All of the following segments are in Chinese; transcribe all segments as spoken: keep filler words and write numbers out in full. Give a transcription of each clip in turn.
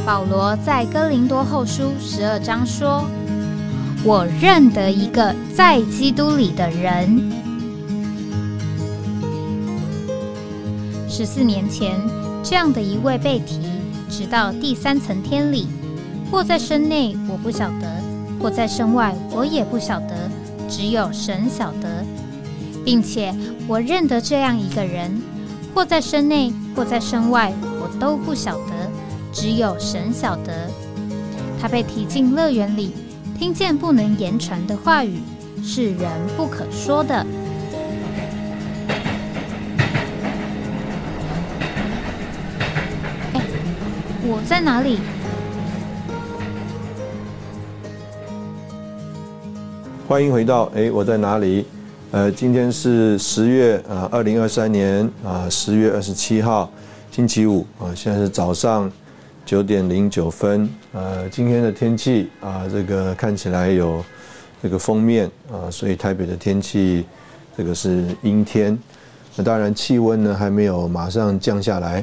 保罗在哥林多后书十二章说：“我认得一个在基督里的人。”十四年前，这样的一位被提，直到第三层天里，或在身内，我不晓得；或在身外，我也不晓得，只有神晓得。并且我认得这样一个人，或在身内，或在身外，我都不晓得，只有神晓得。他被提进乐园里，听见不能言传的话语，是人不可说的。哎，我在哪里？ 欢迎回到哎，我在哪里？呃，今天是十月啊，二零二三年啊十月二十七号，星期五啊，现在是早上九点零九分。呃，今天的天气啊，这个看起来有这个锋面啊，所以台北的天气这个是阴天。那当然气温呢还没有马上降下来，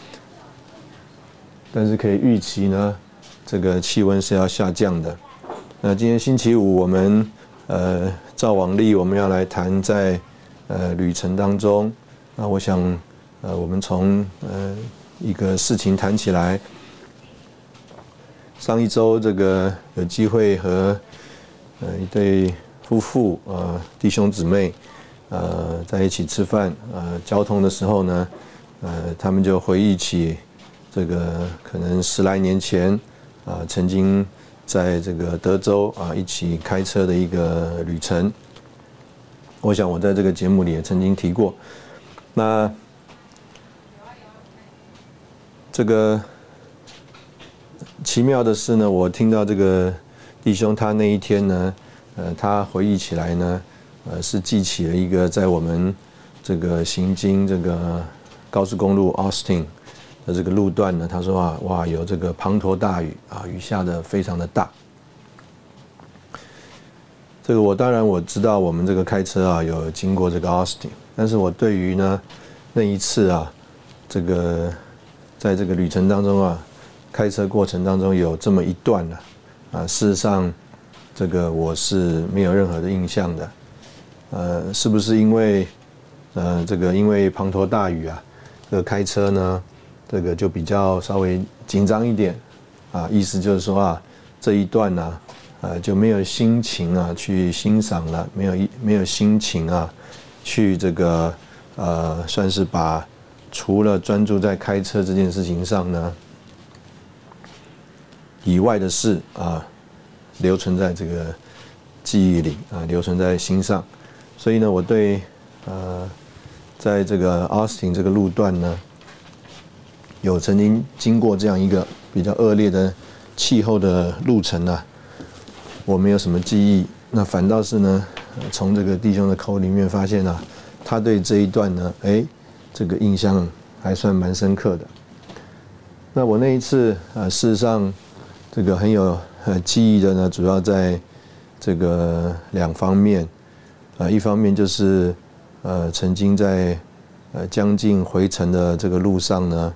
但是可以预期呢，这个气温是要下降的。那今天星期五，我们呃，照往例，我们要来谈在呃旅程当中。那我想，呃，我们从呃一个事情谈起来。上一周这个有机会和呃一对夫妇呃弟兄姊妹呃在一起吃饭，呃交通的时候呢，呃他们就回忆起这个可能十来年前啊、呃、曾经在这个德州啊一起开车的一个旅程。我想我在这个节目里也曾经提过。那这个奇妙的是呢，我听到这个弟兄他那一天呢，呃，他回忆起来呢，呃，是记起了一个在我们这个行经这个高速公路 Austin 的这个路段呢，他说啊，哇，有这个滂沱大雨啊，雨下得非常的大。这个我当然我知道，我们这个开车啊有经过这个 Austin， 但是我对于呢那一次啊，这个在这个旅程当中啊，开车过程当中有这么一段呢，啊，事实上这个我是没有任何的印象的。呃，是不是因为呃这个因为滂沱大雨啊，这个开车呢，这个就比较稍微紧张一点啊，意思就是说啊，这一段呢、啊。呃，就没有心情啊去欣赏了，没有没有心情啊，去这个呃，算是把除了专注在开车这件事情上呢以外的事啊，留存在这个记忆里啊，留存在心上。所以呢，我对呃，在这个 Austin 这个路段呢，有曾经经过这样一个比较恶劣的气候的路程啊。我没有什么记忆，那反倒是呢，从这个弟兄的口里面发现啊，他对这一段呢，哎，这个印象还算蛮深刻的。那我那一次啊，事实上这个很有呃记忆的呢，主要在这个两方面啊，一方面就是呃曾经在呃将近回程的这个路上呢，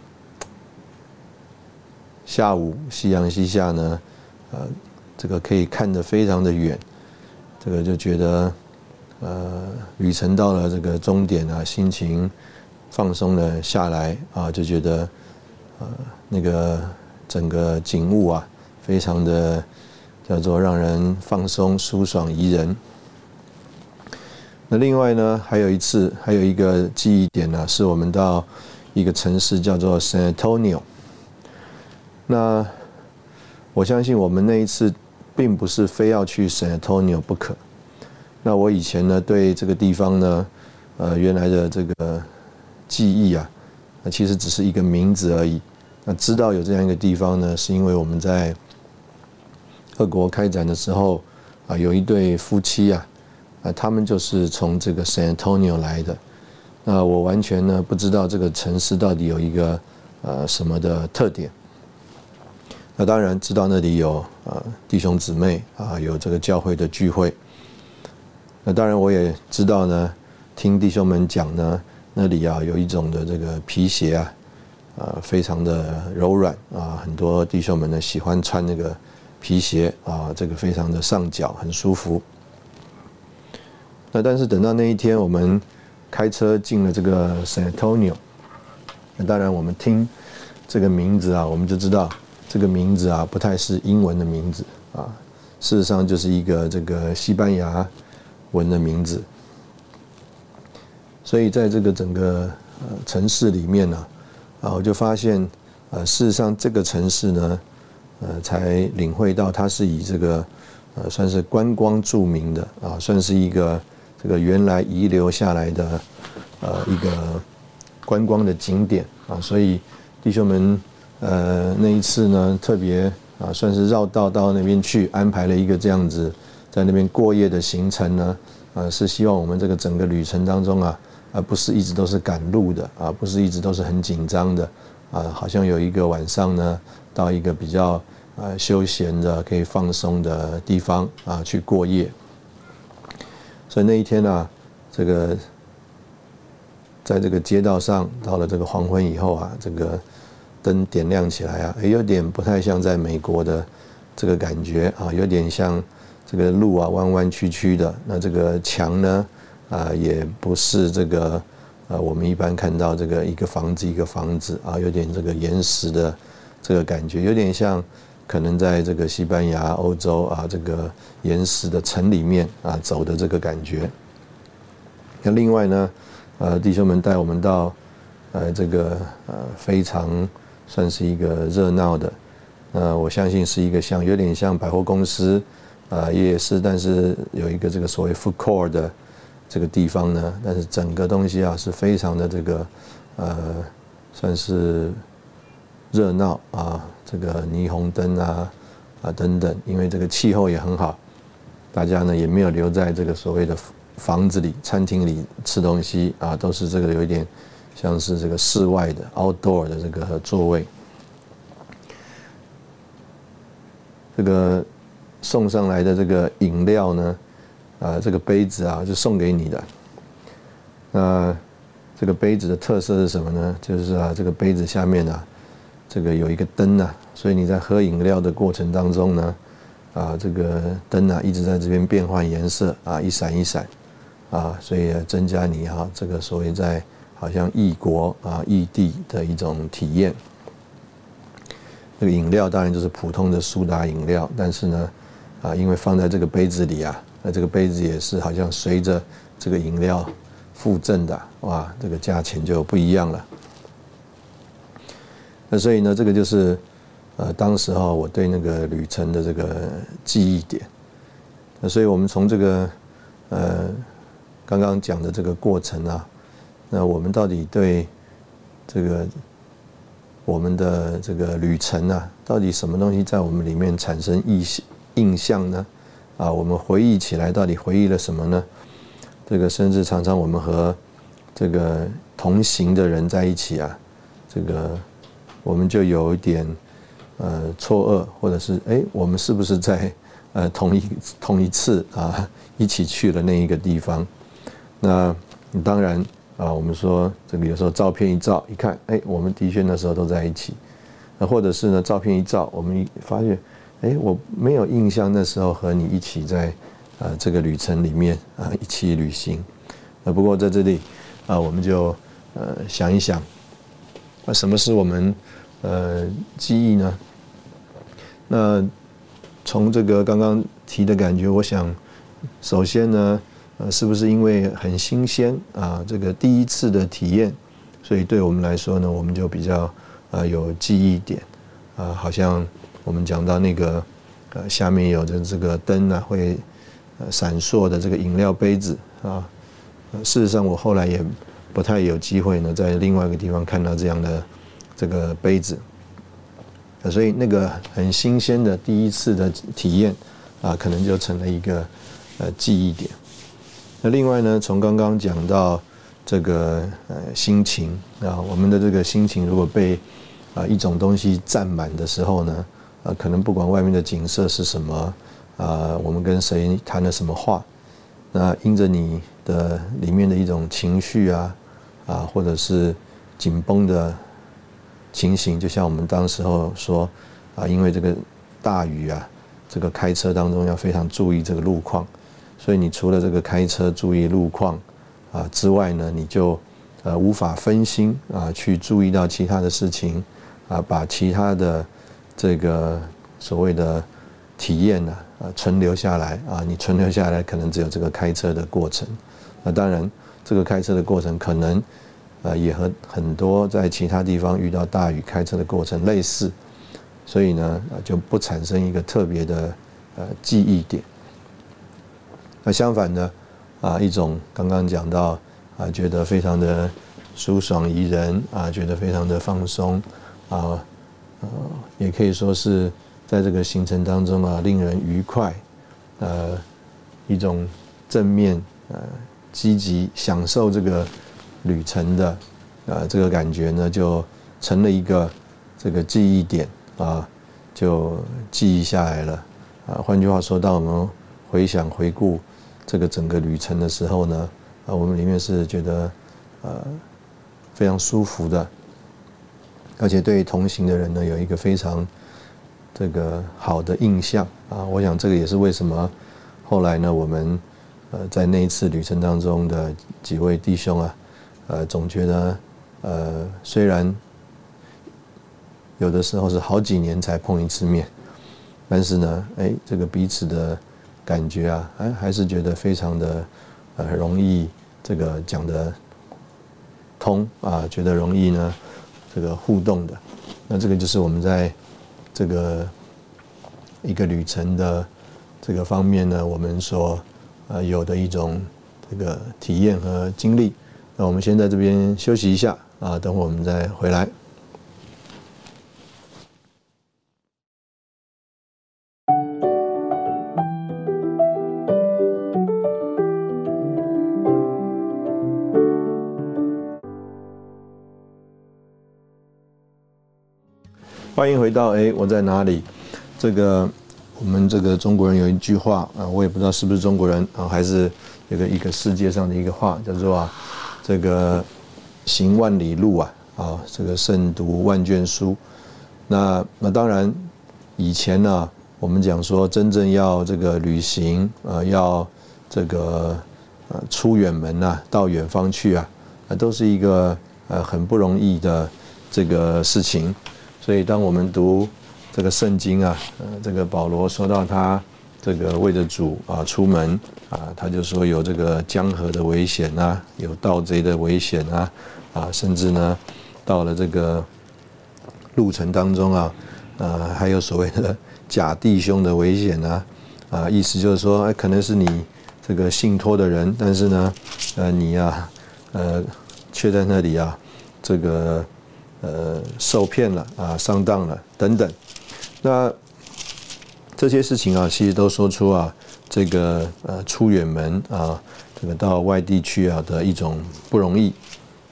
下午夕阳西下呢，呃。这个可以看得非常的远，这个就觉得，呃，旅程到了这个终点啊，心情放松了下来啊，就觉得，呃，那个整个景物啊，非常的叫做让人放松、舒爽、宜人。那另外呢，还有一次，还有一个记忆点呢，是我们到一个城市叫做 San Antonio。那我相信我们那一次。并不是非要去 San Antonio 不可。那我以前呢，对这个地方呢，呃，原来的这个记忆啊，那其实只是一个名字而已。那知道有这样一个地方呢，是因为我们在俄国开展的时候啊，有一对夫妻啊，啊，他们就是从这个 San Antonio 来的。那我完全呢不知道这个城市到底有一个呃什么的特点。那当然知道那里有呃弟兄姊妹啊，有这个教会的聚会。那当然我也知道呢，听弟兄们讲呢，那里啊有一种的这个皮鞋啊， 呃非常的柔软啊，很多弟兄们呢喜欢穿那个皮鞋啊，这个非常的上脚，很舒服。那但是等到那一天，我们开车进了这个 San Antonio， 那当然我们听这个名字啊，我们就知道这个名字啊不太是英文的名字啊，事实上就是一个这个西班牙文的名字。所以在这个整个呃城市里面呢，啊，我就发现，呃，事实上这个城市呢，呃，才领会到它是以这个呃算是观光著名的啊，算是一个这个原来遗留下来的呃一个观光的景点啊，所以弟兄们呃那一次呢，特别啊算是绕道到那边去，安排了一个这样子在那边过夜的行程呢，啊，是希望我们这个整个旅程当中啊。而不是一直都是赶路的啊，不是一直都是很紧张的啊，好像有一个晚上呢，到一个比较呃休闲的、可以放松的地方啊去过夜。所以那一天啊，这个在这个街道上，到了这个黄昏以后啊，这个灯点亮起来啊，也有点不太像在美国的这个感觉啊，有点像这个路啊弯弯曲曲的，那这个墙呢？啊，也不是这个，呃，我们一般看到这个一个房子一个房子啊，有点这个岩石的这个感觉，有点像可能在这个西班牙、欧洲啊这个岩石的城里面啊走的这个感觉。那另外呢，呃，弟兄们带我们到呃这个呃非常算是一个热闹的，呃，我相信是一个像有点像百货公司啊，夜市，但是有一个这个所谓 food court 的。这个地方呢，但是整个东西啊是非常的这个，呃，算是热闹啊，这个霓虹灯啊啊等等，因为这个气候也很好，大家呢也没有留在这个所谓的房子里、餐厅里吃东西啊，都是这个有一点像是这个室外的 outdoor 的这个座位，这个送上来的这个饮料呢。啊，这个杯子啊，就送给你的。那这个杯子的特色是什么呢？就是啊，这个杯子下面啊，这个有一个灯啊，所以你在喝饮料的过程当中呢，啊，这个灯啊一直在这边变换颜色啊，一闪一闪，啊，所以增加你哈这个所谓在好像异国啊异地的一种体验。这个饮料当然就是普通的苏打饮料，但是呢，啊，因为放在这个杯子里啊。那这个杯子也是好像随着这个饮料附赠的，哇，这个价钱就不一样了。那所以呢，这个就是呃当时哈我对那个旅程的这个记忆点。那所以我们从这个呃刚刚讲的这个过程啊，那我们到底对这个我们的这个旅程啊，到底什么东西在我们里面产生印印象呢？啊，我们回忆起来到底回忆了什么呢？这个甚至常常我们和这个同行的人在一起啊，这个我们就有一点呃错愕，或者是哎，我们是不是在呃同一同一次啊一起去了那一个地方？那当然啊，我们说这个有时候照片一照一看，哎，我们的确那时候都在一起。那或者是呢，照片一照，我们发现。哎，我没有印象那时候和你一起在呃这个旅程里面啊一起旅行。呃，不过在这里啊，我们就呃想一想，那什么是我们呃记忆呢？那从这个刚刚提的感觉，我想首先呢，呃，是不是因为很新鲜啊，这个第一次的体验，所以对我们来说呢，我们就比较呃有记忆点啊，好像。我们讲到那个，呃，下面有的这个灯啊，会呃闪烁的这个饮料杯子啊，事实上我后来也不太有机会呢，在另外一个地方看到这样的这个杯子，所以那个很新鲜的第一次的体验啊，可能就成了一个呃记忆点。那另外呢，从刚刚讲到这个呃心情啊，我们的这个心情如果被啊一种东西占满的时候呢。啊，可能不管外面的景色是什么，啊，我们跟谁谈了什么话，那因着你的里面的一种情绪啊，啊，或者是紧绷的情形，就像我们当时候说啊，因为这个大雨啊，这个开车当中要非常注意这个路况，所以你除了这个开车注意路况啊之外呢，你就呃无法分心啊，去注意到其他的事情啊，把其他的这个所谓的体验呢啊存留下来啊，你存留下来可能只有这个开车的过程。那当然，这个开车的过程可能呃也和很多在其他地方遇到大雨开车的过程类似，所以呢就不产生一个特别的呃记忆点。那相反的啊，一种刚刚讲到啊，觉得非常的舒爽宜人啊，觉得非常的放松啊，呃，也可以说是在这个行程当中啊，令人愉快，呃，一种正面呃积极享受这个旅程的呃这个感觉呢，就成了一个这个记忆点啊，就记忆下来了啊。换句话说，当我们回想回顾这个整个旅程的时候呢，啊，我们里面是觉得呃非常舒服的，而且对同行的人呢有一个非常这个好的印象啊。我想这个也是为什么后来呢，我们呃在那一次旅程当中的几位弟兄啊，呃总觉得呃虽然有的时候是好几年才碰一次面，但是呢，哎，这个彼此的感觉啊，还还是觉得非常的呃容易这个讲得通啊，觉得容易呢这个互动的。那这个就是我们在这个一个旅程的这个方面呢，我们所呃有的一种这个体验和经历。那我们先在这边休息一下啊，等会我们再回来。欢迎回到哎，我在哪里？这个我们这个中国人有一句话啊，我也不知道是不是中国人啊，还是有个一个世界上的一个话，叫做啊，这个行万里路啊，啊，这个胜读万卷书。那那当然，以前呢、啊，我们讲说真正要这个旅行啊，要这个呃出远门啊，到远方去啊，啊，都是一个呃很不容易的这个事情。所以，当我们读这个圣经啊，呃，这个保罗说到他这个为着主啊出门啊，他就说有这个江河的危险啊，有盗贼的危险啊，啊，甚至呢，到了这个路程当中啊，呃，还有所谓的假弟兄的危险啊，啊，意思就是说，哎，可能是你这个信托的人，但是呢，呃，你啊，呃，却在那里啊，这个。呃，受骗了啊，上当了等等，那这些事情啊，其实都说出啊，这个呃出远门啊，这个到外地去啊的一种不容易。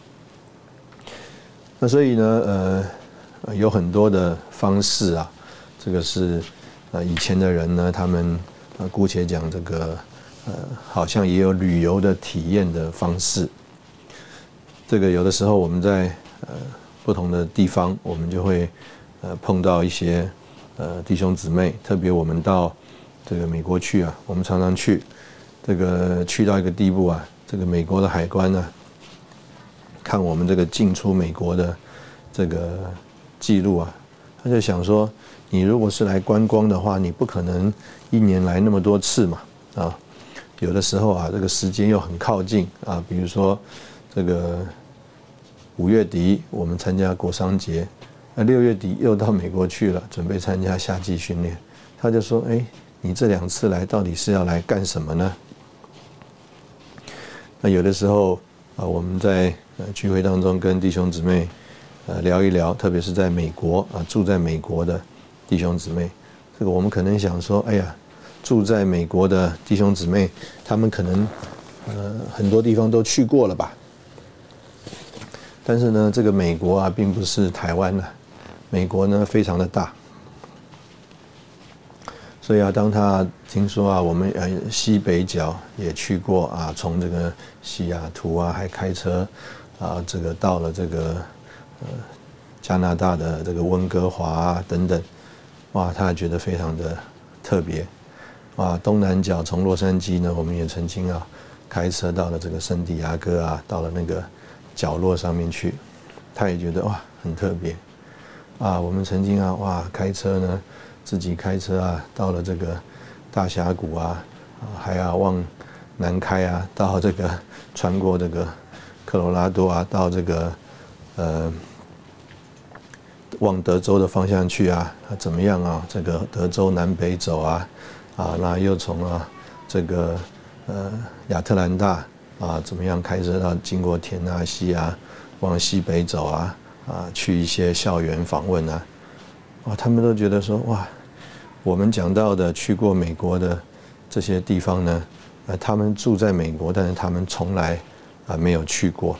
那所以呢，呃，有很多的方式啊，这个是呃以前的人呢，他们呃姑且讲这个呃，好像也有旅游的体验的方式。这个有的时候我们在呃。不同的地方，我们就会呃碰到一些呃弟兄姊妹，特别我们到这个美国去啊，我们常常去，这个去到一个地步啊，这个美国的海关呢，看我们这个进出美国的这个记录啊，他就想说，你如果是来观光的话，你不可能一年来那么多次嘛，啊，有的时候啊，这个时间又很靠近啊，比如说这个。五月底我们参加国商节，那六月底又到美国去了，准备参加夏季训练。他就说：“哎，你这两次来到底是要来干什么呢？”那有的时候啊，我们在聚会当中跟弟兄姊妹呃聊一聊，特别是在美国啊住在美国的弟兄姊妹，这个我们可能想说：“哎呀，住在美国的弟兄姊妹，他们可能呃很多地方都去过了吧？”但是呢，这个美国啊，并不是台湾啊，美国呢非常的大，所以啊，当他听说啊，我们呃西北角也去过啊，从这个西雅图啊，还开车啊，这个到了这个呃加拿大的这个温哥华啊等等，哇，他觉得非常的特别。啊，东南角从洛杉矶呢，我们也曾经啊开车到了这个圣地亚哥啊，到了那个角落上面去，他也觉得哇很特别。啊，我们曾经啊哇开车呢，自己开车啊到了这个大峡谷啊，啊还要往南开啊，到这个穿过这个科罗拉多啊，到这个呃往德州的方向去啊，啊怎么样啊？这个德州南北走啊，啊那又从啊这个呃亚特兰大啊怎么样开车到经过田纳西啊，往西北走啊。啊，去一些校园访问啊，哇，他们都觉得说哇，我们讲到的去过美国的这些地方呢，呃，他们住在美国，但是他们从来啊没有去过。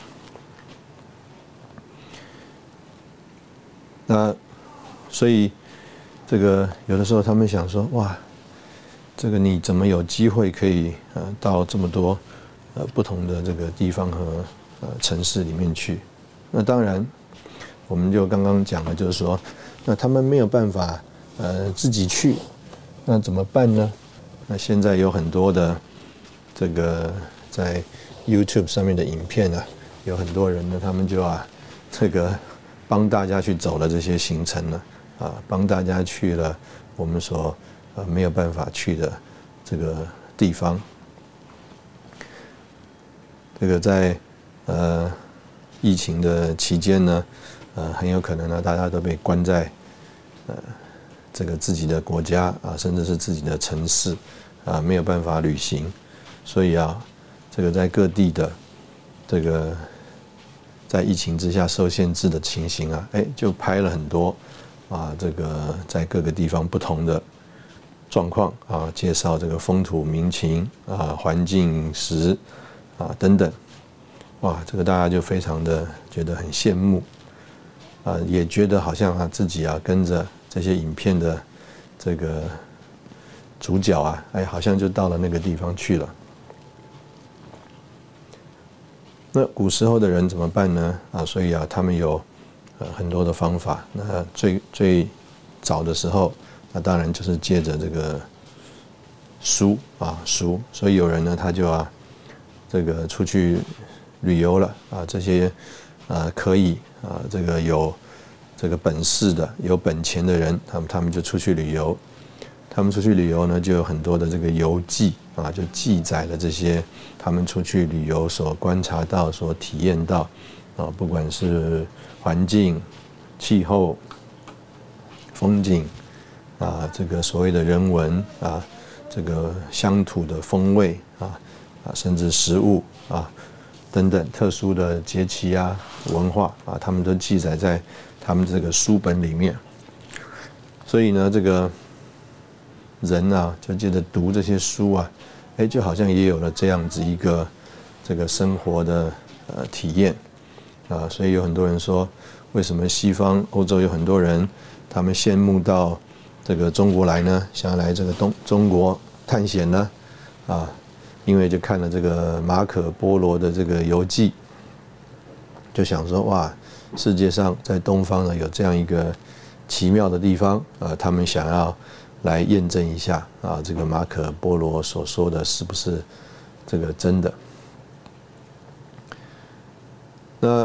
那所以这个有的时候他们想说哇，这个你怎么有机会可以呃到这么多呃不同的这个地方和呃城市里面去？那当然。我们就刚刚讲了，就是说，那他们没有办法，呃，自己去，那怎么办呢？那现在有很多的这个在 YouTube 上面的影片啊，有很多人呢，他们就啊，这个帮大家去走了这些行程了，啊，帮大家去了我们所呃没有办法去的这个地方。这个在呃疫情的期间呢。呃，很有可能呢，大家都被关在呃这个自己的国家啊，甚至是自己的城市啊，没有办法旅行，所以啊，这个在各地的这个在疫情之下受限制的情形啊，哎，就拍了很多啊，这个在各个地方不同的状况啊，介绍这个风土民情啊、环境饮食啊等等，哇，这个大家就非常的觉得很羡慕。啊，也觉得好像啊自己啊跟着这些影片的这个主角啊，哎，好像就到了那个地方去了。那古时候的人怎么办呢？啊，所以啊，他们有呃很多的方法。那最最早的时候，那当然就是借着这个书啊书，所以有人呢他就啊这个出去旅游了啊，这些啊可以。啊，这个有这个本事的、有本钱的人，他们他们就出去旅游。他们出去旅游呢，就有很多的这个游记啊，就记载了这些他们出去旅游所观察到、所体验到啊，不管是环境、气候、风景啊，这个所谓的人文啊，这个乡土的风味啊啊，甚至食物啊。等等特殊的节气啊、文化啊，他们都记载在他们这个书本里面。所以呢，这个人啊，就借着读这些书啊，哎，就好像也有了这样子一个这个生活的呃体验啊。所以有很多人说，为什么西方欧洲有很多人，他们羡慕到这个中国来呢？想要来这个东中国探险呢？啊？因为就看了这个马可波罗的这个游记，就想说哇，世界上在东方呢有这样一个奇妙的地方，呃，他们想要来验证一下啊，这个马可波罗所说的是不是这个真的？那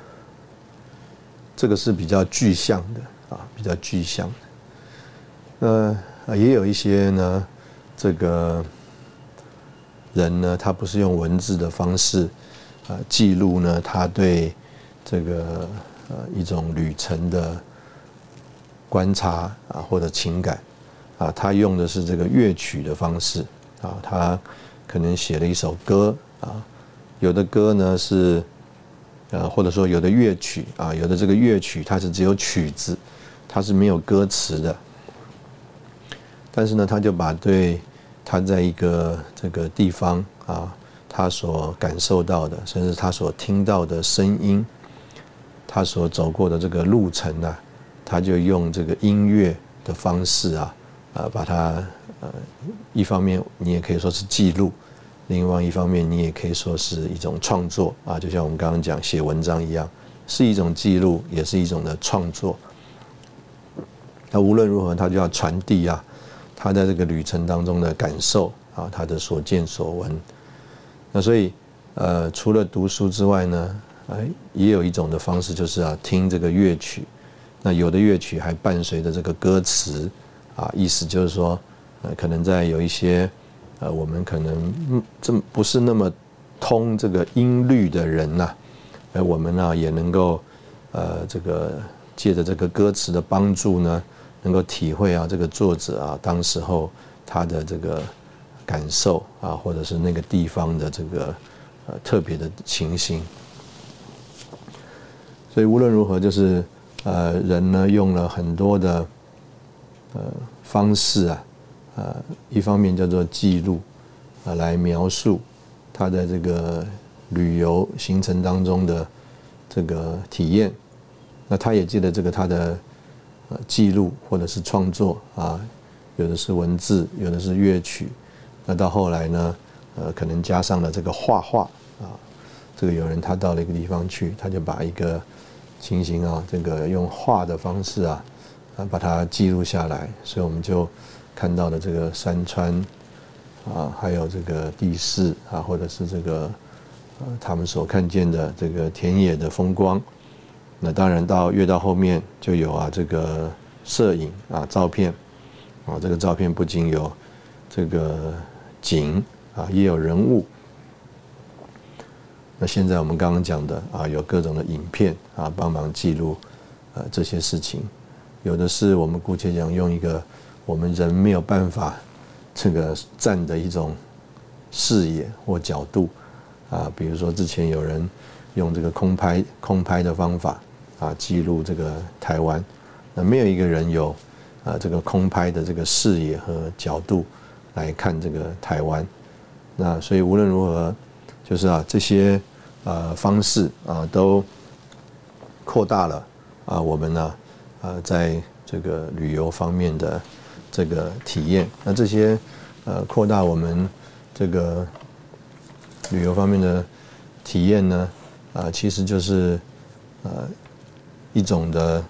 这个是比较具象的啊，比较具象的。呃，也有一些呢，这个。人呢，他不是用文字的方式，啊、呃，记录呢他对这个呃一种旅程的观察啊或者情感，啊，他用的是这个乐曲的方式，啊，他可能写了一首歌啊，有的歌呢是，呃或者说有的乐曲啊，有的这个乐曲它是只有曲子，它是没有歌词的，但是呢，他就把对他在一个这个地方啊，他所感受到的，甚至他所听到的声音，他所走过的这个路程啊，他就用这个音乐的方式啊，啊，把它呃，一方面你也可以说是记录，另外一方面你也可以说是一种创作啊，就像我们刚刚讲写文章一样， 是一种记录，也是一种的创作。那无论如何，他就要传递啊，他在这个旅程当中的感受啊，他的所见所闻。那所以，呃，除了读书之外呢，哎，也有一种的方式，就是啊，听这个乐曲。那有的乐曲还伴随着这个歌词啊，意思就是说，呃，可能在有一些呃，我们可能这不是那么通这个音律的人呐、啊，而我们呢也能够呃，这个借着这个歌词的帮助呢，能够体会啊，这个作者啊，当时候他的这个感受啊，或者是那个地方的这个呃特别的情形。所以无论如何，就是呃人呢用了很多的呃方式啊，呃一方面叫做记录啊，来描述他在这个旅游行程当中的这个体验。那他也借着这个他的呃记录或者是创作啊，有的是文字，有的是乐曲。那到后来呢，呃，可能加上了这个画画啊。这个有人他到了一个地方去，他就把一个情形啊，这个用画的方式啊，啊把它记录下来。所以我们就看到了这个山川啊，还有这个地势啊，或者是这个呃他们所看见的这个田野的风光。那当然到越到后面就有啊这个摄影啊照片啊，这个照片不仅有这个景啊，也有人物。那现在我们刚刚讲的啊，有各种的影片啊，帮忙记录呃这些事情。有的是我们姑且讲用一个我们人没有办法这个站的一种视野或角度啊，比如说之前有人用这个空拍空拍的方法啊，记录这个台湾。那没有一个人有啊这个空拍的这个视野和角度来看这个台湾。那所以无论如何，就是啊这些呃方式啊都扩大了啊我们呢呃在这个旅游方面的这个体验。那这些呃扩大我们这个旅游方面的体验呢，啊、呃、其实就是呃一种的，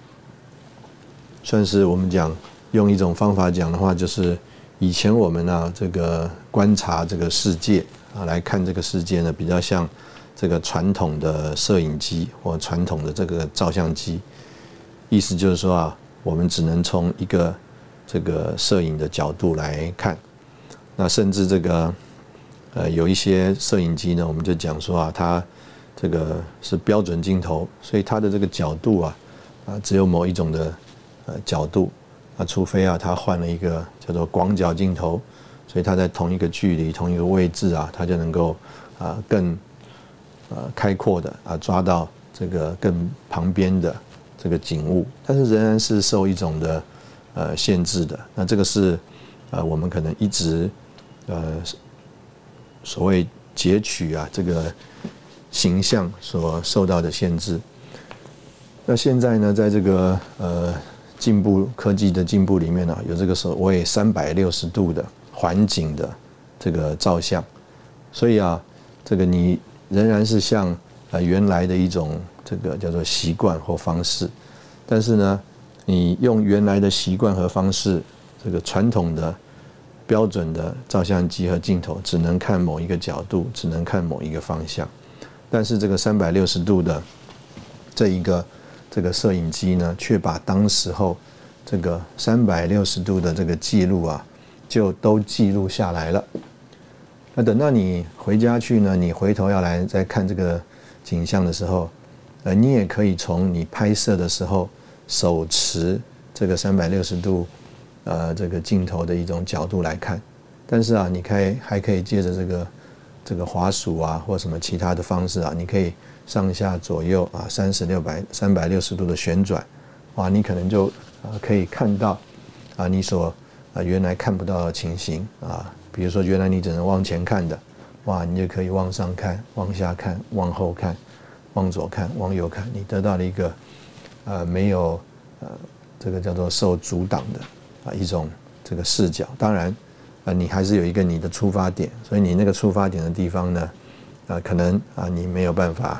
算是我们讲用一种方法讲的话，就是以前我们啊这个观察这个世界啊来看这个世界呢，比较像这个传统的摄影机或传统的这个照相机。意思就是说啊，我们只能从一个这个摄影的角度来看。那甚至这个呃有一些摄影机呢，我们就讲说啊，它这个是标准镜头，所以它的这个角度啊啊只有某一种的呃角度啊，除非啊它换了一个叫做广角镜头，所以它在同一个距离、同一个位置啊，它就能够啊更呃开阔的啊抓到这个更旁边的这个景物，但是仍然是受一种的呃限制的。那这个是呃我们可能一直呃所谓截取啊这个形象所受到的限制。那现在呢，在这个呃进步科技的进步里面呢、啊，有这个所谓三百六十度的环景的这个照相，所以啊，这个你仍然是像呃原来的一种这个叫做习惯或方式，但是呢，你用原来的习惯和方式，这个传统的标准的照相机和镜头只能看某一个角度，只能看某一个方向。但是这个三百六十度的这一个这个摄影机呢，却把当时候这个三百六十度的这个记录啊，就都记录下来了。那等到你回家去呢，你回头要来再看这个景象的时候，呃，你也可以从你拍摄的时候手持这个三百六十度呃这个镜头的一种角度来看。但是啊，你可以还可以借着这个这个滑鼠啊，或什么其他的方式啊，你可以上下左右啊，三十六百三百六十度的旋转，哇，你可能就啊可以看到啊你所啊原来看不到的情形啊，比如说原来你只能往前看的，哇，你就可以往上看、往下看、往后看、往左看、往右看，你得到了一个呃没有呃这个叫做受阻挡的啊一种这个视角。当然。啊，你还是有一个你的出发点，所以你那个出发点的地方呢，啊，可能啊你没有办法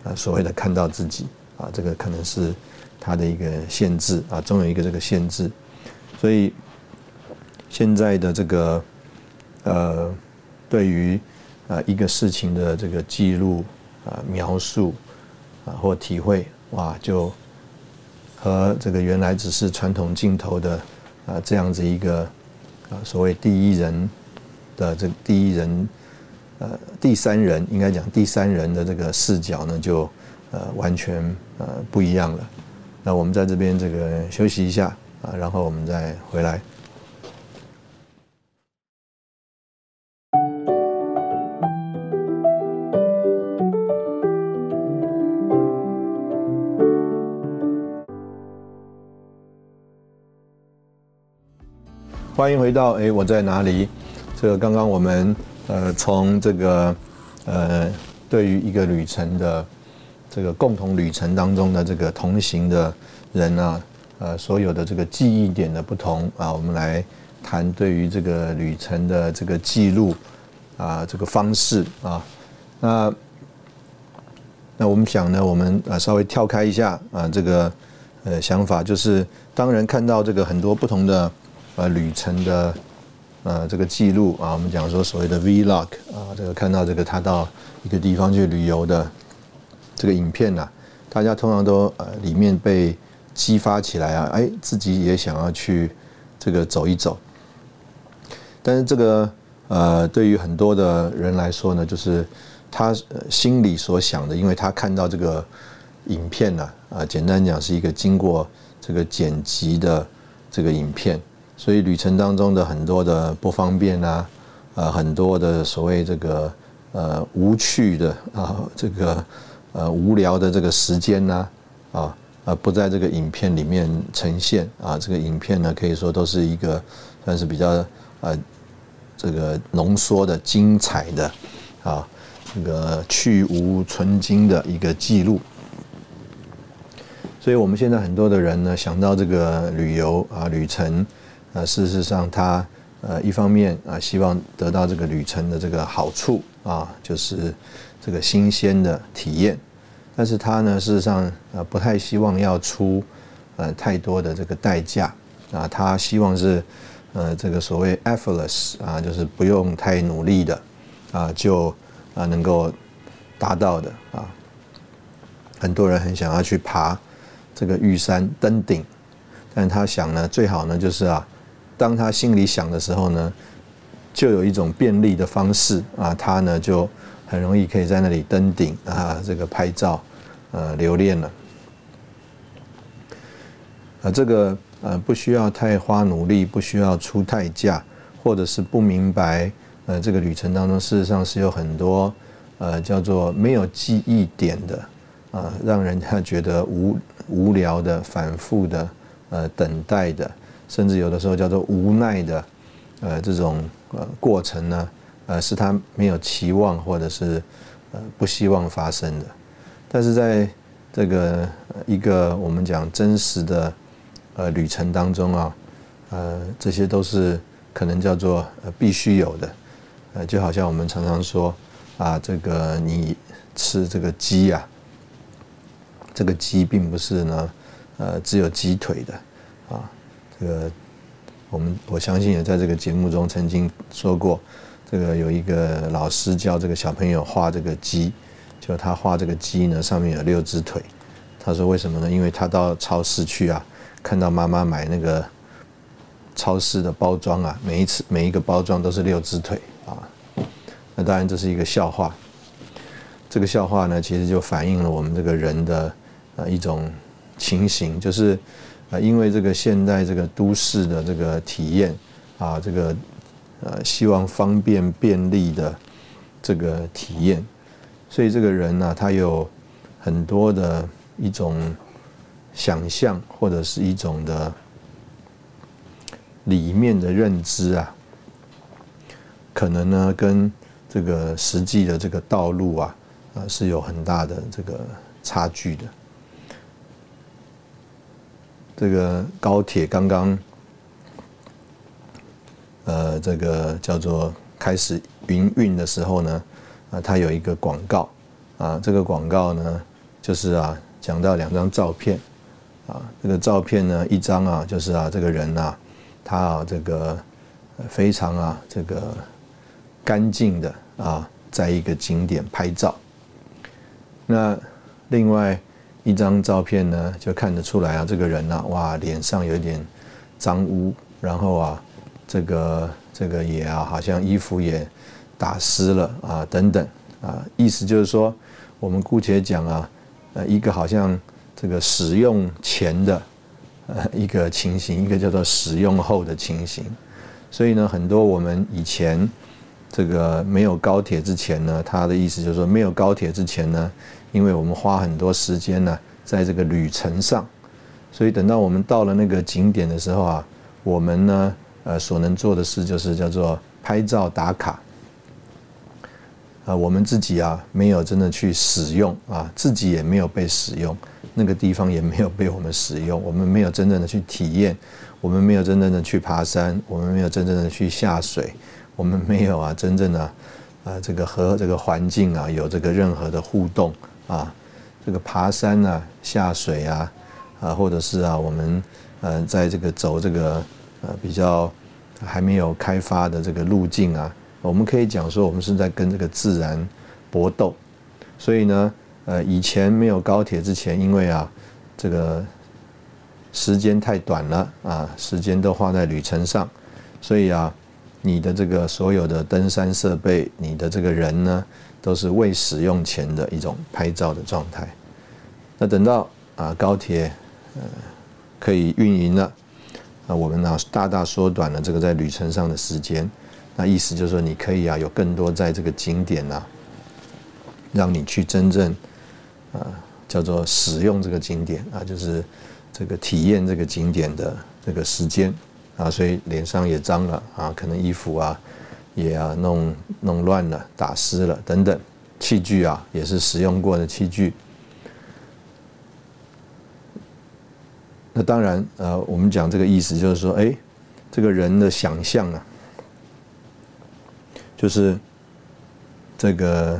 呃所谓的看到自己啊，这个可能是它的一个限制啊，总有一个这个限制。所以现在的这个呃，对于呃一个事情的这个记录啊、描述啊或体会，哇，就和这个原来只是传统镜头的啊这样子一个啊所谓第一人的这第一人呃第三人应该讲第三人的这个视角呢，就呃完全呃不一样了。那我们在这边这个休息一下啊，然后我们再回来。欢迎回到哎，我在哪里？这个刚刚我们呃从这个呃对于一个旅程的这个共同旅程当中的这个同行的人啊，呃所有的这个记忆点的不同啊，我们来谈对于这个旅程的这个记录啊这个方式啊。那那我们想呢，我们啊稍微跳开一下啊这个呃想法，就是当人看到这个很多不同的呃旅程的呃这个记录啊，我们讲说所谓的 vlog 啊，这个看到这个他到一个地方去旅游的这个影片啊，大家通常都呃里面被激发起来啊，哎，自己也想要去这个走一走。但是这个呃对于很多的人来说呢，就是他心里所想的，因为他看到这个影片呢，啊，简单讲是一个经过这个剪辑的这个影片。所以旅程当中的很多的不方便啊，呃，很多的所谓这个呃无趣的啊，这个呃无聊的这个时间呢，啊，呃不在这个影片里面呈现啊。这个影片呢，可以说都是一个算是比较呃这个浓缩的、精彩的啊，这个去无存精的一个记录。所以我们现在很多的人呢，想到这个旅游啊、旅程。呃，事实上他，呃一方面啊，希望得到这个旅程的这个好处啊，就是这个新鲜的体验，但是他呢，事实上呃不太希望要出呃太多的这个代价啊，他希望是呃这个所谓 effortless 啊，就是不用太努力的啊，就啊能够达到的啊。很多人很想要去爬这个玉山登顶，但他想呢，最好呢就是啊。当他心里想的时候呢，就有一种便利的方式啊，他呢就很容易可以在那里登顶啊，这个拍照，呃，留念了。啊，这个呃不需要太花努力，不需要出太价，或者是不明白，呃，这个旅程当中事实上是有很多呃叫做没有记忆点的啊，让人家觉得无无聊的、反复的、呃等待的。甚至有的时候叫做无奈的，呃，这种呃过程呢，呃，是他没有期望或者是呃不希望发生的。但是在这个一个我们讲真实的呃旅程当中啊，呃，这些都是可能叫做呃必须有的。呃，就好像我们常常说啊，这个你吃这个鸡啊，这个鸡并不是呢，呃，只有鸡腿的啊。这个我们我相信也在这个节目中曾经说过，这个有一个老师教这个小朋友画这个鸡，就他画这个鸡呢，上面有六只腿。他说为什么呢？因为他到超市去啊，看到妈妈买那个超市的包装啊，每一次每一个包装都是六只腿啊。那当然这是一个笑话。这个笑话呢，其实就反映了我们这个人的呃一种情形，就是。啊，因为这个现代这个都市的这个体验啊，这个呃希望方便便利的这个体验，所以这个人呢、啊，他有很多的一种想象或者是一种的里面的认知啊，可能呢跟这个实际的这个道路啊，啊是有很大的这个差距的。这个高铁刚刚，呃，这个叫做开始营运的时候呢，啊，它有一个广告，啊，这个广告呢， 就是啊讲到两张照片啊，这个照片呢一张啊就是啊这个人啊他啊这个非常啊这个干净的啊在一个景点拍照，那另外一张照片呢就看得出来啊这个人啊哇脸上有点脏污，然后啊这个这个也啊好像衣服也打湿了啊等等啊，意思就是说我们姑且讲啊呃一个好像这个使用前的呃一个情形，一个叫做使用后的情形。所以呢很多我们以前这个没有高铁之前呢，他的意思就是说没有高铁之前呢，因为我们花很多时间呢在这个旅程上，所以等到我们到了那个景点的时候啊，我们呢呃所能做的事就是叫做拍照打卡。啊，我们自己啊没有真的去使用啊，自己也没有被使用，那个地方也没有被我们使用，我们没有真正的去体验，我们没有真正的去爬山，我们没有真正的去下水，我们没有啊真正的啊这个和这个环境啊有这个任何的互动啊，这个爬山啊下水啊啊或者是啊我们呃在这个走这个呃比较还没有开发的这个路径啊。我们可以讲说，我们是在跟这个自然搏斗，所以呢，呃，以前没有高铁之前，因为啊，这个时间太短了啊，时间都花在旅程上，所以啊，你的这个所有的登山设备，你的这个人呢，都是未使用前的一种拍照的状态。那等到啊高铁呃可以运营了，那我们呢大大缩短了这个在旅程上的时间。那意思就是说，你可以啊有更多在这个景点啊，让你去真正啊叫做使用这个景点啊，就是这个体验这个景点的这个时间啊，所以脸上也脏了啊，可能衣服啊也啊弄弄乱了、打湿了等等，器具啊也是使用过的器具。那当然呃，我们讲这个意思就是说，哎，这个人的想象啊。就是这个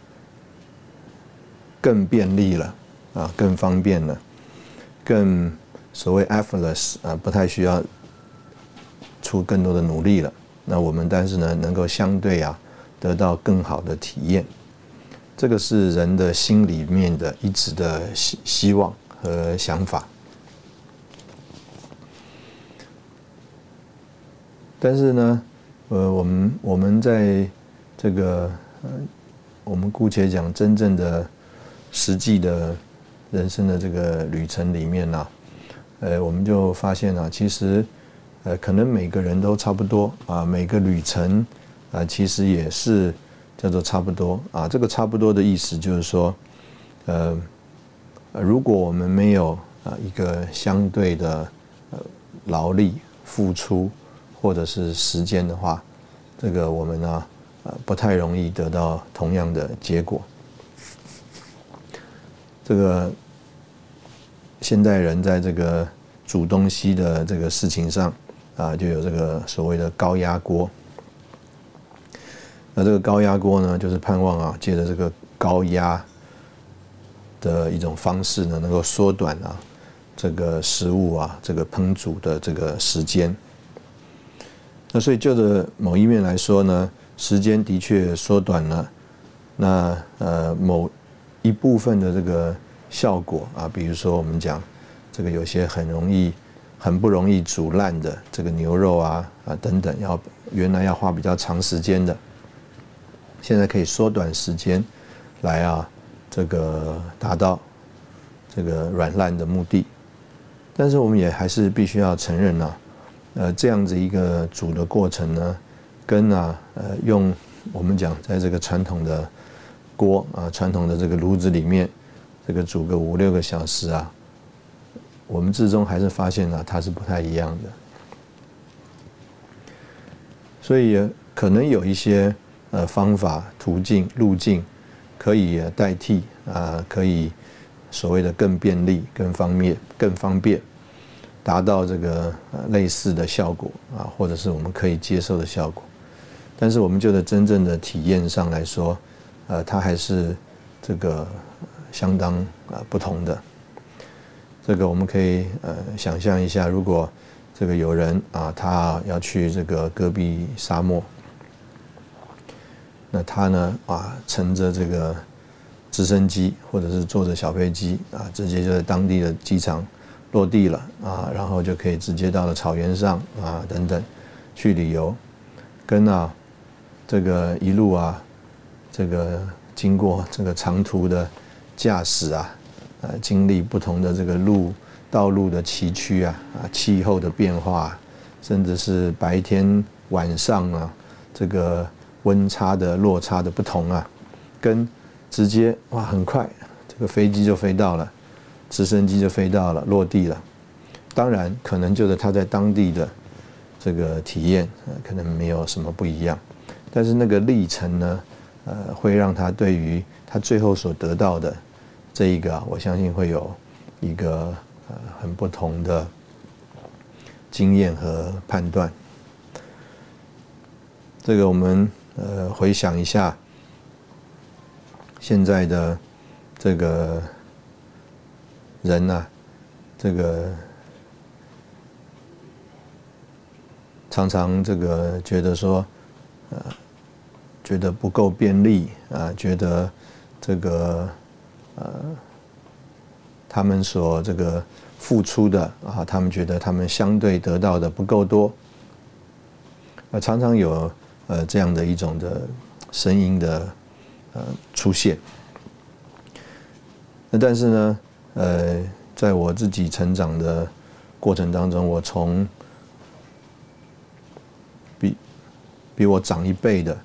更便利了啊，更方便了，更所谓 effortless 啊，不太需要出更多的努力了。那我们但是呢，能够相对啊得到更好的体验，这个是人的心里面的一直的希希望和想法。但是呢。呃，我们我们在这个呃，我们姑且讲真正的实际的人生的这个旅程里面呢、啊，呃，我们就发现啊，其实呃，可能每个人都差不多啊，每个旅程啊，其实也是叫做差不多啊。这个差不多的意思就是说，呃，如果我们没有啊一个相对的呃劳力付出。或者是时间的话，这个我们呢，呃，不太容易得到同样的结果。这个现代人在这个煮东西的这个事情上啊，就有这个所谓的高压锅。那这个高压锅呢，就是盼望啊，借着这个高压的一种方式呢，能够缩短啊这个食物啊这个烹煮的这个时间。那所以就着某一面来说呢，时间的确缩短了，那呃某一部分的这个效果啊，比如说我们讲这个有些很容易、很不容易煮烂的这个牛肉啊啊等等，要原来要花比较长时间的，现在可以缩短时间来啊这个达到这个软烂的目的。但是我们也还是必须要承认啊。呃，这样子一个煮的过程呢，跟啊呃用我们讲在这个传统的锅啊传统的这个炉子里面，这个煮个五六个小时啊，我们至终还是发现啊它是不太一样的。所以可能有一些呃方法、途径、路径可以代替啊，可以所谓的更便利、更方便、更方便。达到这个类似的效果啊，或者是我们可以接受的效果，但是我们就在真正的体验上来说，呃，它还是这个相当啊不同的。这个我们可以呃想象一下，如果这个有人啊，他要去这个戈壁沙漠，那他呢啊乘着这个直升机或者是坐着小飞机啊，直接就在当地的机场落地了啊，然后就可以直接到了草原上啊等等去旅游，跟啊这个一路啊这个经过这个长途的驾驶啊，呃经历不同的这个路道路的崎岖啊啊气候的变化，甚至是白天晚上啊这个温差的落差的不同啊，跟直接哇很快这个飞机就飞到了，直升机就飞到了落地了。当然可能就是他在当地的这个体验、呃、可能没有什么不一样，但是那个历程呢呃会让他对于他最后所得到的这一个、啊、我相信会有一个呃很不同的经验和判断。这个我们呃回想一下现在的这个人啊，这个常常这个觉得说，呃，觉得不够便利啊，觉得这个呃，他们所这个付出的啊，他们觉得他们相对得到的不够多，呃，常常有呃这样的一种的声音的呃出现。那但是呢，呃，在我自己成长的过程当中，我从比比我长一辈的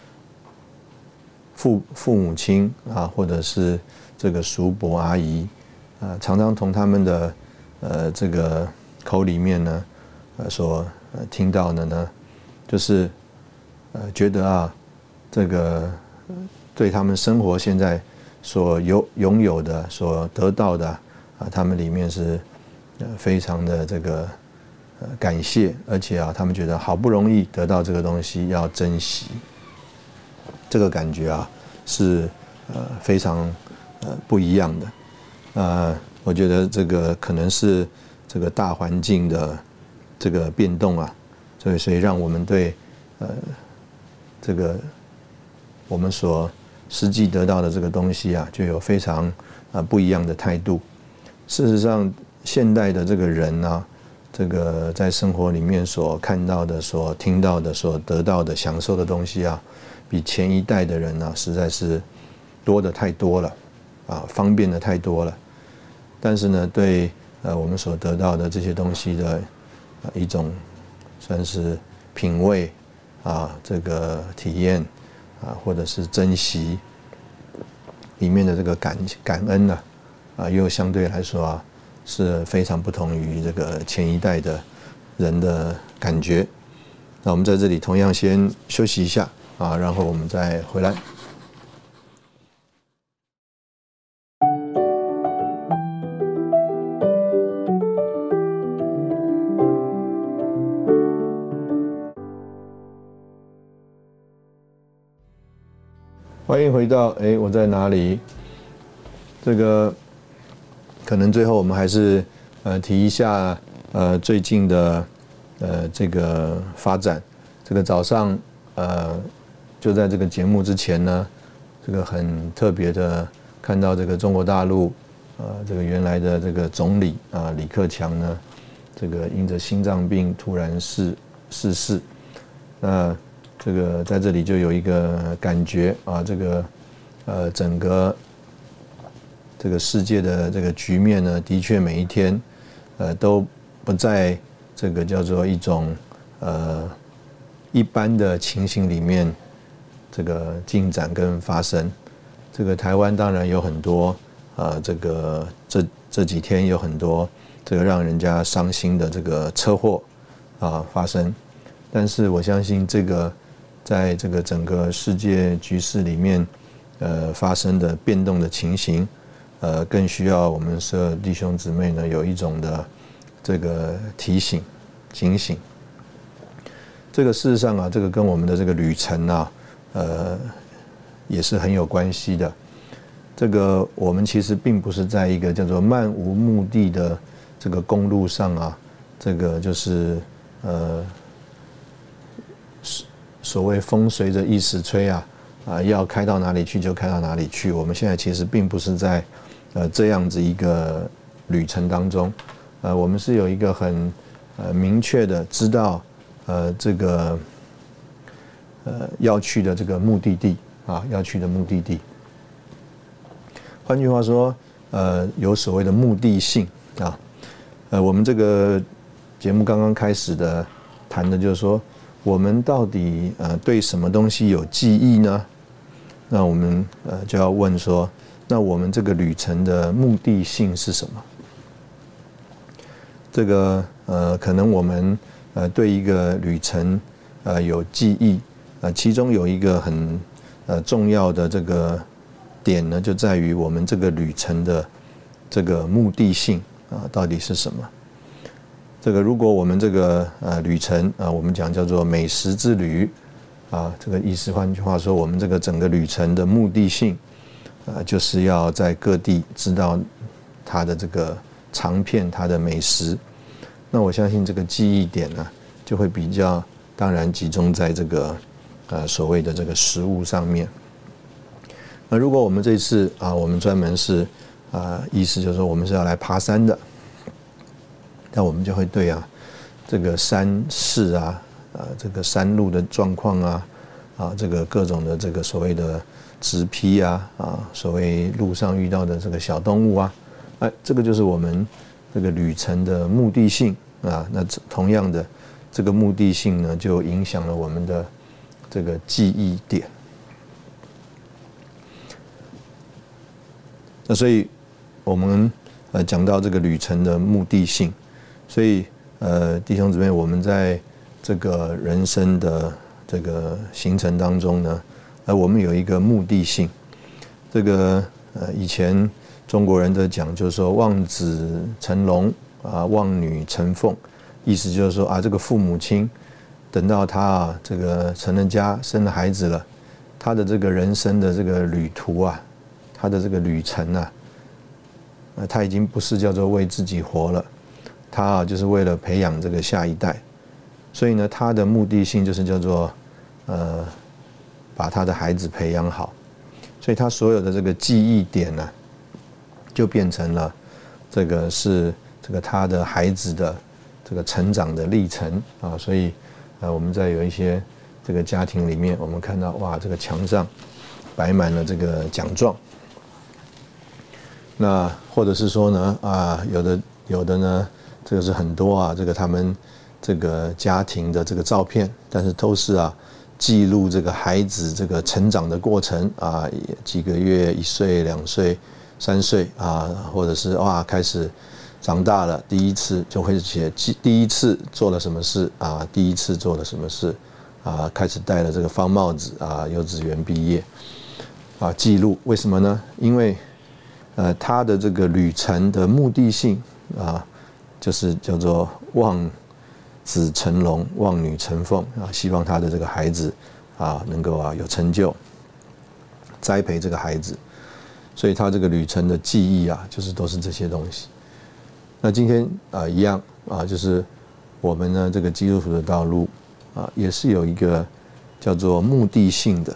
父父母亲啊，或者是这个叔伯阿姨啊，常常从他们的呃这个口里面呢，呃所呃听到的呢，就是呃觉得啊，这个对他们生活现在所有拥有的、所得到的啊，他们里面是呃非常的这个呃感谢，而且啊，他们觉得好不容易得到这个东西，要珍惜。这个感觉啊，是呃非常呃不一样的。呃，我觉得这个可能是这个大环境的这个变动啊，所以所以让我们对呃这个我们所实际得到的这个东西啊，就有非常啊不一样的态度。事实上，现代的这个人啊，这个在生活里面所看到的、所听到的、所得到的、享受的东西啊，比前一代的人啊，实在是多的太多了，啊，方便的太多了。但是呢，对呃我们所得到的这些东西的啊一种算是品味啊，这个体验啊，或者是珍惜里面的这个感感恩呢、啊，啊，又相对来说啊是非常不同于这个前一代的人的感觉。那我们在这里同样先休息一下啊，然后我们再回来。欢迎回到哎，我在哪里？这个可能最后我们还是呃提一下呃最近的呃这个发展。这个早上呃就在这个节目之前呢，这个很特别的看到这个中国大陆呃这个原来的这个总理啊李克强呢，这个因着心脏病突然逝逝世。那这个在这里就有一个感觉啊，这个呃整个这个世界的这个局面呢，的确每一天呃都不在这个叫做一种呃一般的情形里面这个进展跟发生。这个台湾当然有很多呃这个这这几天有很多这个让人家伤心的这个车祸啊发生，但是我相信这个在这个整个世界局势里面，呃发生的变动的情形，呃更需要我们所有弟兄姊妹呢有一种的这个提醒、警醒。这个事实上啊，这个跟我们的这个旅程啊，呃也是很有关系的。 这个我们其实并不是在一个叫做漫无目的的这个公路上啊，这个就是呃所谓风随着意识吹啊，啊要开到哪里去就开到哪里去。我们现在其实并不是在呃这样子一个旅程当中，呃我们是有一个很呃明确的知道呃这个呃要去的这个目的地啊，要去的目的地。换句话说，呃有所谓的目的性啊，呃我们这个节目刚刚开始的谈的就是说，我们到底呃对什么东西有记忆呢？那我们呃就要问说，那我们这个旅程的目的性是什么？这个呃可能我们呃对一个旅程呃有记忆，呃其中有一个很呃重要的这个点呢，就在于我们这个旅程的这个目的性啊到底是什么？这个如果我们这个呃旅程啊，我们讲叫做美食之旅啊，这个意思换句话说，我们这个整个旅程的目的性啊，就是要在各地知道它的这个尝遍它的美食。那我相信这个记忆点呢，就会比较当然集中在这个呃所谓的这个食物上面。那如果我们这次啊，我们专门是啊，意思就是说我们是要来爬山的。那我们就会对啊，这个山势啊，啊，这个山路的状况啊，啊，这个各种的这个所谓的植被啊，啊，所谓路上遇到的这个小动物啊，哎，这个就是我们这个旅程的目的性啊。那同样的，这个目的性呢，就影响了我们的这个记忆点。那所以我们呃讲到这个旅程的目的性。所以，呃，弟兄姊妹，我们在这个人生的这个行程当中呢，呃，我们有一个目的性。这个呃，以前中国人的讲就是说，望子成龙啊，望女成凤，意思就是说啊，这个父母亲等到他啊，这个成了家，生了孩子了，他的这个人生的这个旅途啊，他的这个旅程啊，呃，他已经不是叫做为自己活了。他啊，就是为了培养这个下一代，所以呢，他的目的性就是叫做，呃，把他的孩子培养好，所以他所有的这个记忆点呢，就变成了这个是这个他的孩子的这个成长的历程啊，所以呃，我们在有一些这个家庭里面，我们看到哇，这个墙上摆满了这个奖状，那或者是说呢，啊，有的有的呢。这个是很多啊，这个他们这个家庭的这个照片，但是都是啊记录这个孩子这个成长的过程啊，几个月、一岁、两岁、三岁啊，或者是哇开始长大了，第一次就会写第一次做了什么事啊，第一次做了什么事啊，开始戴了这个方帽子啊，幼稚园毕业啊，记录为什么呢？因为呃他的这个旅程的目的性啊。就是叫做望子成龙，望女成凤啊，希望他的这个孩子啊能够啊有成就，栽培这个孩子，所以他这个旅程的记忆啊，就是都是这些东西。那今天啊一样啊，就是我们呢这个基督徒的道路啊，也是有一个叫做目的性的。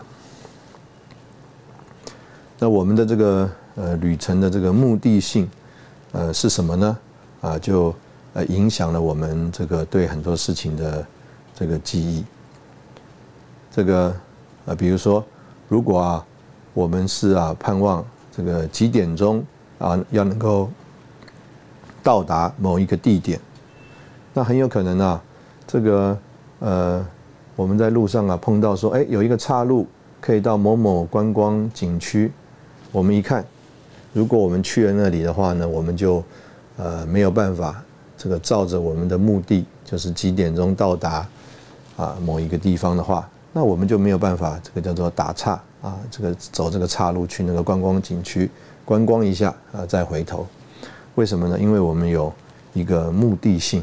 那我们的这个呃旅程的这个目的性呃是什么呢？啊，就呃影响了我们这个对很多事情的这个记忆。这个呃，比如说，如果啊，我们是啊盼望这个几点钟啊要能够到达某一个地点，那很有可能啊，这个呃我们在路上啊碰到说，哎，有一个岔路可以到某某观光景区，我们一看，如果我们去了那里的话呢，我们就呃，没有办法，这个照着我们的目的，就是几点钟到达啊某一个地方的话，那我们就没有办法，这个叫做打岔啊，这个走这个岔路去那个观光景区观光一下啊，再回头。为什么呢？因为我们有一个目的性。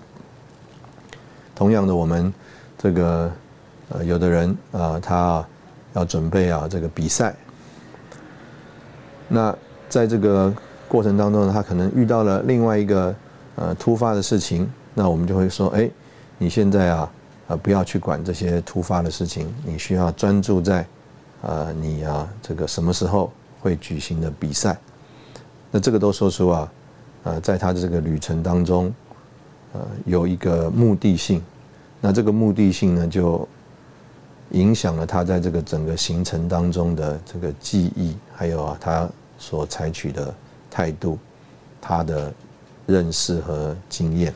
同样的，我们这个呃有的人啊，他要准备啊这个比赛， 那在这个过程当中呢，他可能遇到了另外一个呃突发的事情，那我们就会说，哎，你现在啊，呃，不要去管这些突发的事情，你需要专注在，呃，你啊这个什么时候会举行的比赛。那这个都说出啊，呃，在他的这个旅程当中，呃，有一个目的性。那这个目的性呢，就影响了他在这个整个行程当中的这个记忆，还有啊他所采取的态度，他的认识和经验。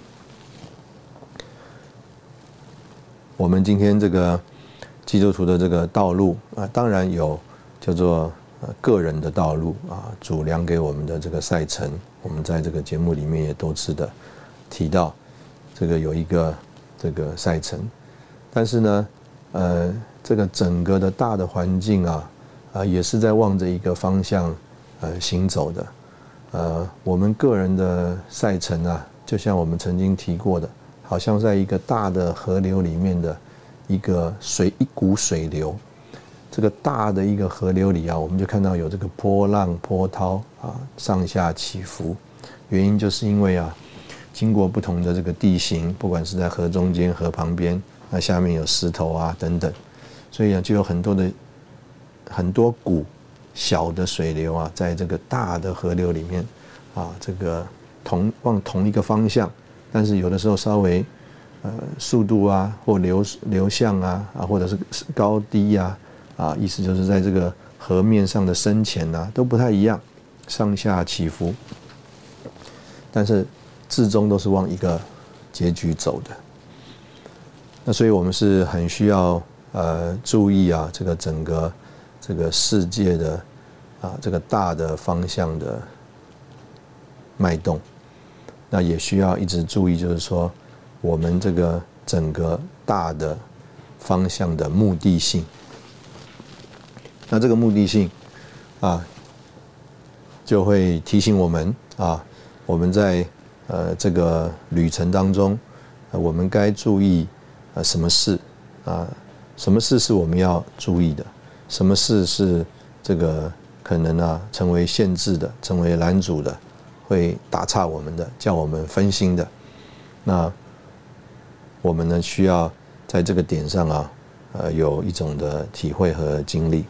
我们今天这个基督徒的这个道路啊，当然有叫做个人的道路啊，主量给我们的这个赛程，我们在这个节目里面也多次的提到，这个有一个这个赛程，但是呢，呃，这个整个的大的环境啊，啊，也是在望着一个方向呃行走的。呃，我们个人的赛程啊，就像我们曾经提过的，好像在一个大的河流里面的一个水一股水流。这个大的一个河流里啊，我们就看到有这个波浪波涛啊，上下起伏。原因就是因为啊，经过不同的这个地形，不管是在河中间、河旁边，那下面有石头啊等等，所以啊，就有很多的很多股小的水流啊，在这个大的河流里面啊，这个同往同一个方向，但是有的时候稍微呃速度啊，或流流向啊，啊或者是高低啊。啊，意思就是在这个河面上的深浅啊都不太一样，上下起伏，但是至终都是往一个结局走的。那所以我们是很需要呃注意啊，这个整个这个世界的啊这个大的方向的脉动，那也需要一直注意，就是说我们这个整个大的方向的目的性。那这个目的性啊，就会提醒我们啊，我们在呃这个旅程当中，呃、我们该注意呃什么事啊？什么事是我们要注意的？什么事是这个可能啊成为限制的，成为拦阻的，会打岔我们的，叫我们分心的？那我们呢需要在这个点上啊，呃有一种的体会和经历。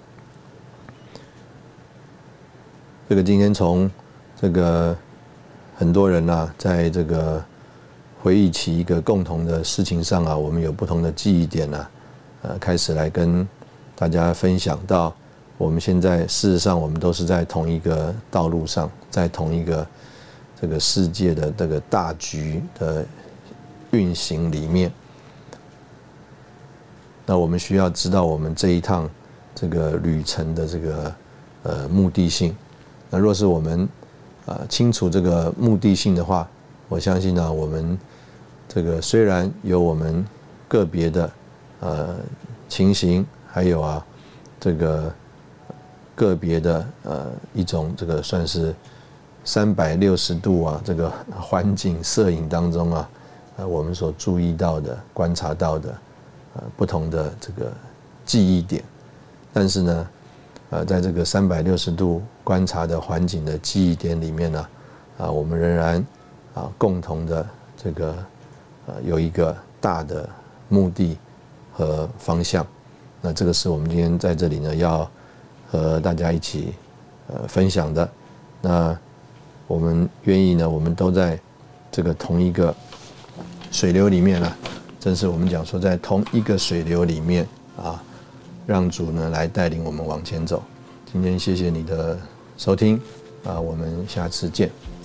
这个今天从这个很多人啊，在这个回忆起一个共同的事情上啊，我们有不同的记忆点啊，呃，开始来跟大家分享到，我们现在事实上我们都是在同一个道路上，在同一个这个世界的这个大局的运行里面。那我们需要知道我们这一趟这个旅程的这个呃目的性。那若是我们呃清楚这个目的性的话，我相信呢，我们这个虽然有我们个别的呃情形，还有啊这个个别的呃一种这个算是三百六十度啊这个环境摄影当中啊，呃我们所注意到的、观察到的呃不同的这个记忆点，但是呢。呃，在这个三百六十度观察的环境的记忆点里面呢，啊，我们仍然啊共同的这个呃有一个大的目的和方向。那这个是我们今天在这里呢要和大家一起呃分享的。那我们愿意呢，我们都在这个同一个水流里面啊，正是我们讲说在同一个水流里面啊。让主呢来带领我们往前走。今天谢谢你的收听啊，我们下次见。